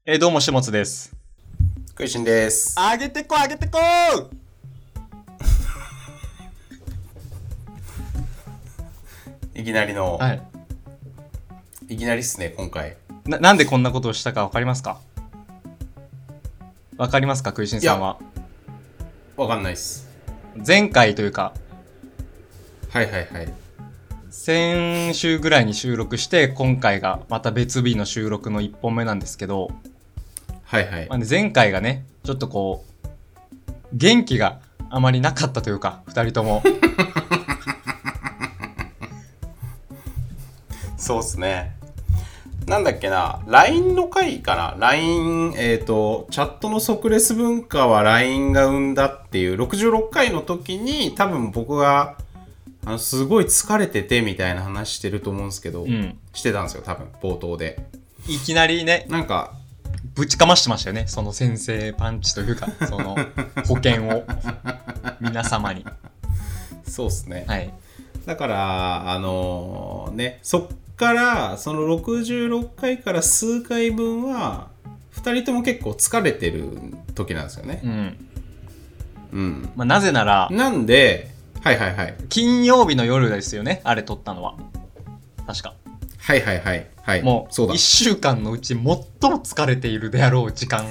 どうも、しもつです。 食いしんです。 あげてこいきなりの、 はい。 いきなりっすね、今回。 なんでこんなことをしたかわかりますか？わかりますか、食いしんさんは。 わかんないっす。 前回というか、 はいはいはい。 先週ぐらいに収録して、今回がまた別日の収録の1本目なんですけど、 はいはい。 前回がね、ちょっとこう、元気があまりなかったというか、2人とも。 そうっすね。なんだっけな、LINE の回かな ?LINE、チャットの即レス文化は LINE が生んだっていう66回の時に、多分僕が、すごい疲れててみたいな話してると思うんですけど、してたんですよ、多分、冒頭で。 いきなりね、 なんか、 ぶちかましてましたよね。その先生パンチというか、その保険を皆様に。 そうっすね。 はい。 だから、そっから、その66回から数回分は、2人とも結構疲れてる時なんですよね。うん。 なぜなら、 なんで、はいはいはい。 金曜日の夜ですよね、あれ撮ったのは。確か。 はいはいはい。はい。 もう、 そうだ。 1週間のうち最も疲れているであろう時間。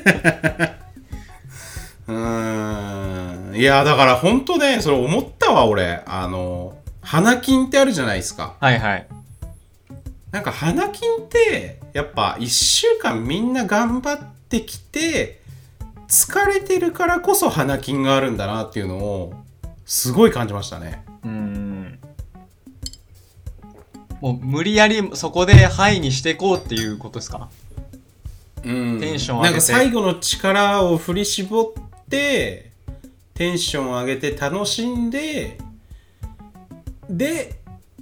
いや、だから本当ね、それ思ったわ、俺。花金ってあるじゃないですか。 はいはい。 なんか花金って、やっぱ1週間みんな頑張ってきて、疲れてるからこそ花金があるんだなっていうのを、すごい感じましたね。 もう無理やりそこでハイにしていこうっていうことですか？テンション上げて。 なんか最後の力を振り絞って、テンション上げて楽しんで、で、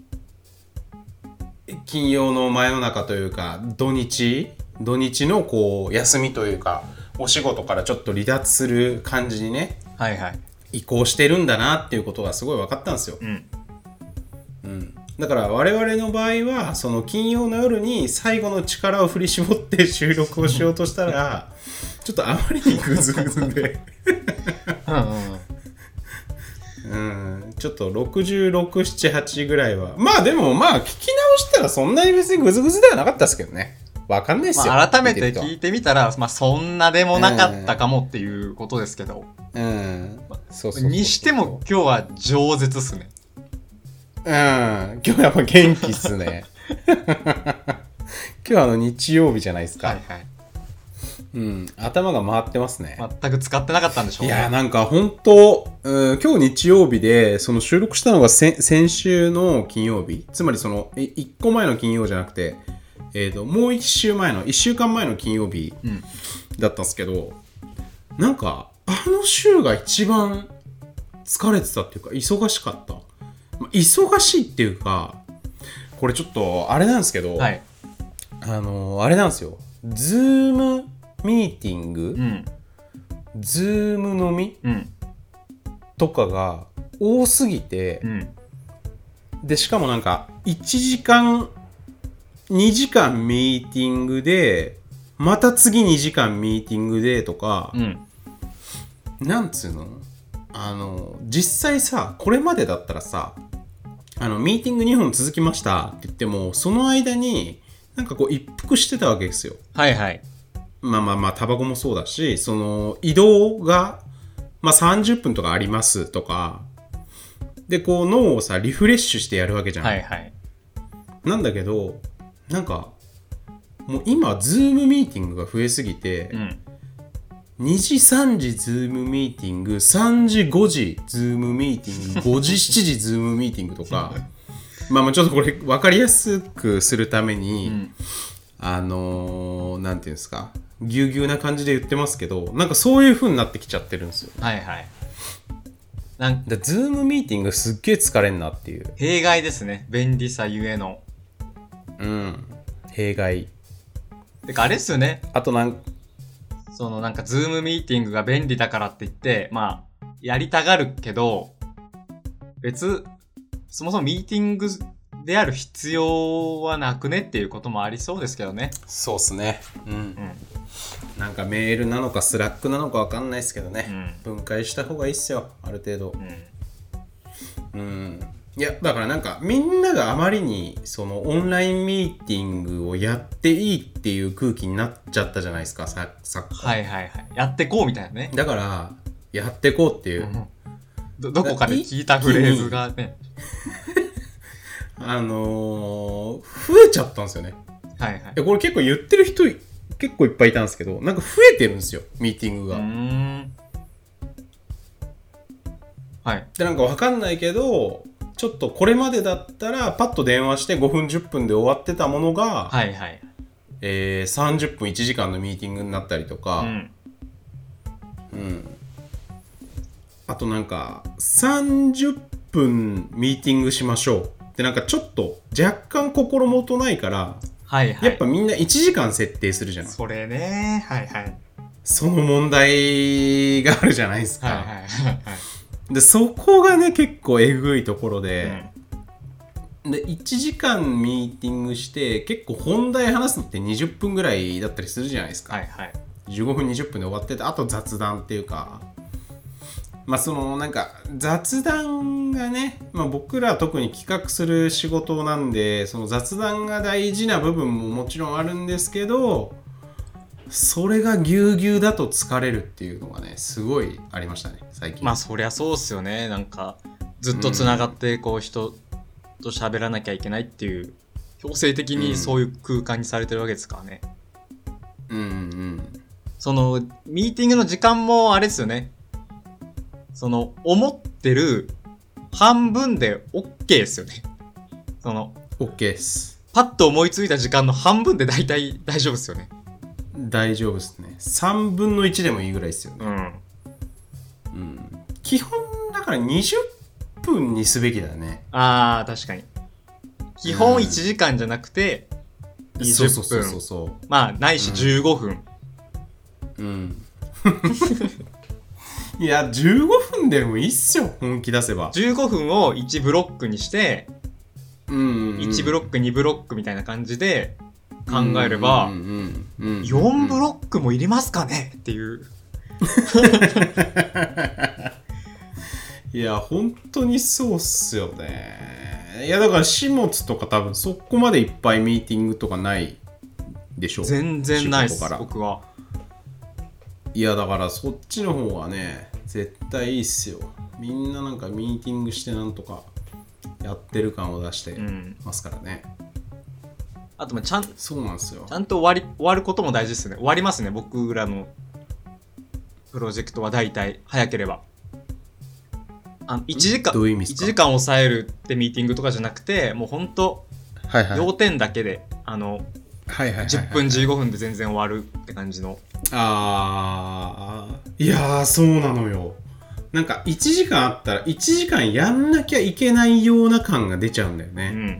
金曜の真夜中というか、土日のこう、休みというか、お仕事からちょっと離脱する感じにね、 はいはい。 移行してるんだなっていうことがすごい分かったんですよ。だから我々の場合はその金曜の夜に最後の力を振り絞って収録をしようとしたらちょっとあまりにグズグズでちょっと66、7、8ぐらいはまあでもまあ聞き直したらそんなに別にグズグズではなかったですけどね。わかんないっすよ。 改めて聞いてみたら、そんなでもなかったかもっていうことですけど。 そうにしても今日は饒舌っすね。 今日やっぱ元気っすね。今日日曜日じゃないですか。 はいはい。 頭が回ってますね。 全く使ってなかったんでしょうね。 いやなんか本当、今日日曜日でその収録したのが先週の金曜日、つまりその1個前の金曜じゃなくて、もう1週間前の金曜日だったんですけど、なんか週が一番疲れてたっていうか忙しかった。忙しいっていうか、これちょっとあれなんですけど、 はい、 あれなんですよ。ズームミーティング、ズーム飲み、とかが多すぎて、でしかもなんか1時間2時間ミーティングでまた次2時間ミーティングでとか、なんつうの、実際さ、これまでだったらさ、ミーティング2本続きましたって言っても、その間になんかこう一服してたわけですよ。 はいはい。 まあタバコもそうだし、その移動が30分とかありますとかで、こう脳をさリフレッシュしてやるわけじゃん。 はいはい。 なんだけど、なんかもう今ズームミーティングが増えすぎて、2時3時ズームミーティング、3時5時ズームミーティング、5時7時ズームミーティングとかまあちょっとこれ分かりやすくするために、なんていうんですか、ぎゅうぎゅうな感じで言ってますけど、なんかそういう風になってきちゃってるんですよ。 はいはい。 ズームミーティングすっげえ疲れんなっていう。 弊害ですね。便利さゆえの。 弊害。 てかあれっすよね。 あとなんかズームミーティングが便利だからって言って、やりたがるけど、そもそもミーティングである必要はなくねっていうこともありそうですけどね。 そうっすね。 なんかメールなのかスラックなのかわかんないですけどね、分解した方がいいっすよ、ある程度。いやだからなんかみんながあまりにそのオンラインミーティングをやっていいっていう空気になっちゃったじゃないですか、昨今。 はいはいはい。やってこうみたいなね。 だからやってこうっていう、 どこかで聞いたフレーズがね増えちゃったんですよね。 はいはい。 これ結構言ってる人結構いっぱいいたんですけど、なんか増えてるんですよ、ミーティングが。 はい。 でなんかわかんないけど、ちょっとこれまでだったらパッと電話して5分10分で終わってたものが、 はいはい。 30分1時間のミーティングになったりとか、あとなんか30分ミーティングしましょうってなんかちょっと若干心もとないから、 はいはい、 やっぱみんな1時間設定するじゃない。 それね、はいはい。 その問題があるじゃないですか。 はいはいはいでそこがね結構えぐいところで、で1時間ミーティングして結構本題話すのって20分ぐらいだったりするじゃないですか。 はいはい。 15分20分で終わってて、あと雑談っていうか、まあそのなんか雑談がね、まあ、僕らは特に企画する仕事なんで、その雑談が大事な部分ももちろんあるんですけど、それがぎゅうぎゅうだと疲れるっていうのがねすごいありましたね最近。 まあそりゃそうっすよね。なんかずっとつながってこう人と喋らなきゃいけないっていう、強制的にそういう空間にされてるわけですからね。そのミーティングの時間もあれですよね。その思ってる半分で OK ですよね。その OK です。 パッと思いついた時間の半分で大体大丈夫ですよね。 大丈夫ですね。3分の1でもいいぐらいですよね。基本だから20分にすべきだね。 あー確かに。基本1時間じゃなくて20分。 そうまあないし15分。 いや15分でもいいっすよ、本気出せば。 15分を1ブロックにして、1ブロック2ブロックみたいな感じで考えれば、4ブロックもいりますかねっていういや本当にそうっすよね。いやだから始末とか多分そこまでいっぱいミーティングとかないでしょ。 全然ないっす僕は。 いやだからそっちの方がね絶対いいっすよ。みんななんかミーティングしてなんとかやってる感を出してますからね。 あとそうなんですよ。 ちゃんと終わることも大事ですね。終わりますね、僕らのプロジェクトは。大体早ければ1時間どういう意味ですか？ 1時間抑えるってミーティングとかじゃなくて、もうほんと要点だけで10分15分で全然終わるって感じの。 いやーそうなのよ。なんか1時間あったら1時間やんなきゃいけないような感が出ちゃうんだよね。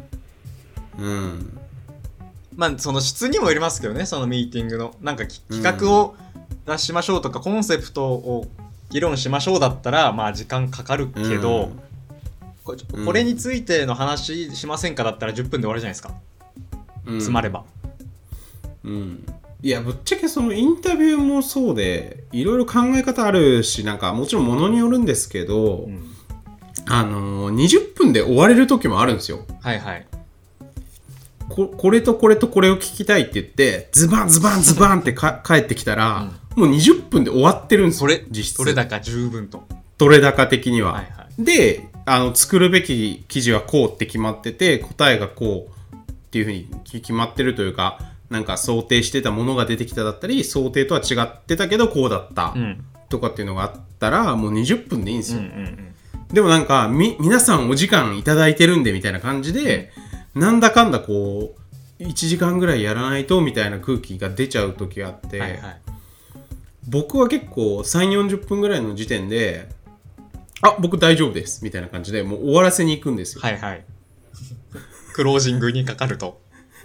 まあその質にもよりますけどね、そのミーティングのなんか企画を出しましょうとか、コンセプトを議論しましょうだったらまあ時間かかるけど、これについての話しませんかだったら10分で終わるじゃないですか、詰まれば。 いやぶっちゃけそのインタビューもそうでいろいろ考え方あるし、なんかもちろんものによるんですけど、20分で終われる時もあるんですよ。 はいはい。 これとこれとこれを聞きたいって言ってズバンズバンズバンって帰ってきたら、もう20分で終わってるんですよ。実質取れ高十分と。 取れ高的には、で作るべき記事はこうって決まってて、答えがこうっていうふうに決まってるというか、なんか想定してたものが出てきただったり、想定とは違ってたけどこうだったとかっていうのがあったら、もう20分でいいんですよ。でもなんか皆さんお時間いただいてるんでみたいな感じで、なんだかんだこう1時間ぐらいやらないとみたいな空気が出ちゃう時があって、僕は結構 3,40 分ぐらいの時点で僕大丈夫ですみたいな感じでもう終わらせに行くんですよ。 クロージングにかかると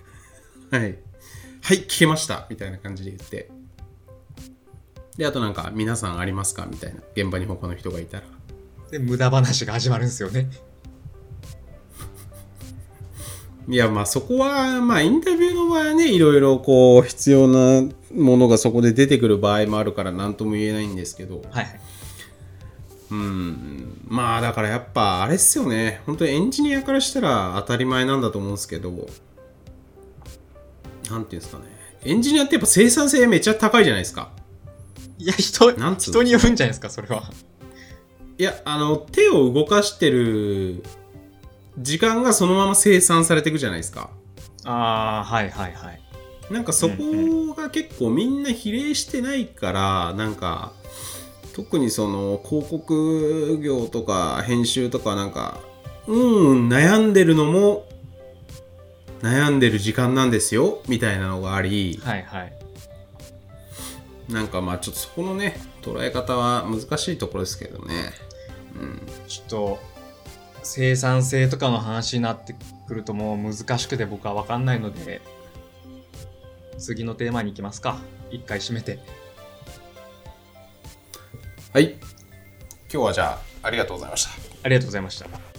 はい聞けましたみたいな感じで言って、であとなんか皆さんありますかみたいな、現場に他の人がいたら。 で無駄話が始まるんですよね。 いやまあそこはまあインタビューの場合はね、いろいろこう必要なものがそこで出てくる場合もあるから何とも言えないんですけど、 はいはい、 まあだからやっぱあれっすよね、本当にエンジニアからしたら当たり前なんだと思うんですけど、なんていうんですかね、エンジニアってやっぱ生産性めっちゃ高いじゃないですか。 いや人によるんじゃないですかそれは。 いや手を動かしてる時間がそのまま生産されていくじゃないですか。 ああはいはいはい。 なんかそこが結構みんな比例してないから、なんか特にその広告業とか編集とかなんか悩んでるのも悩んでる時間なんですよみたいなのがあり、 はいはい、 なんかまあちょっとそこのね捉え方は難しいところですけどね。 ちょっと生産性とかの話になってくるともう難しくて僕は分かんないので、次のテーマに行きますか。一回締めて。 はい、今日はじゃあありがとうございました。 ありがとうございました。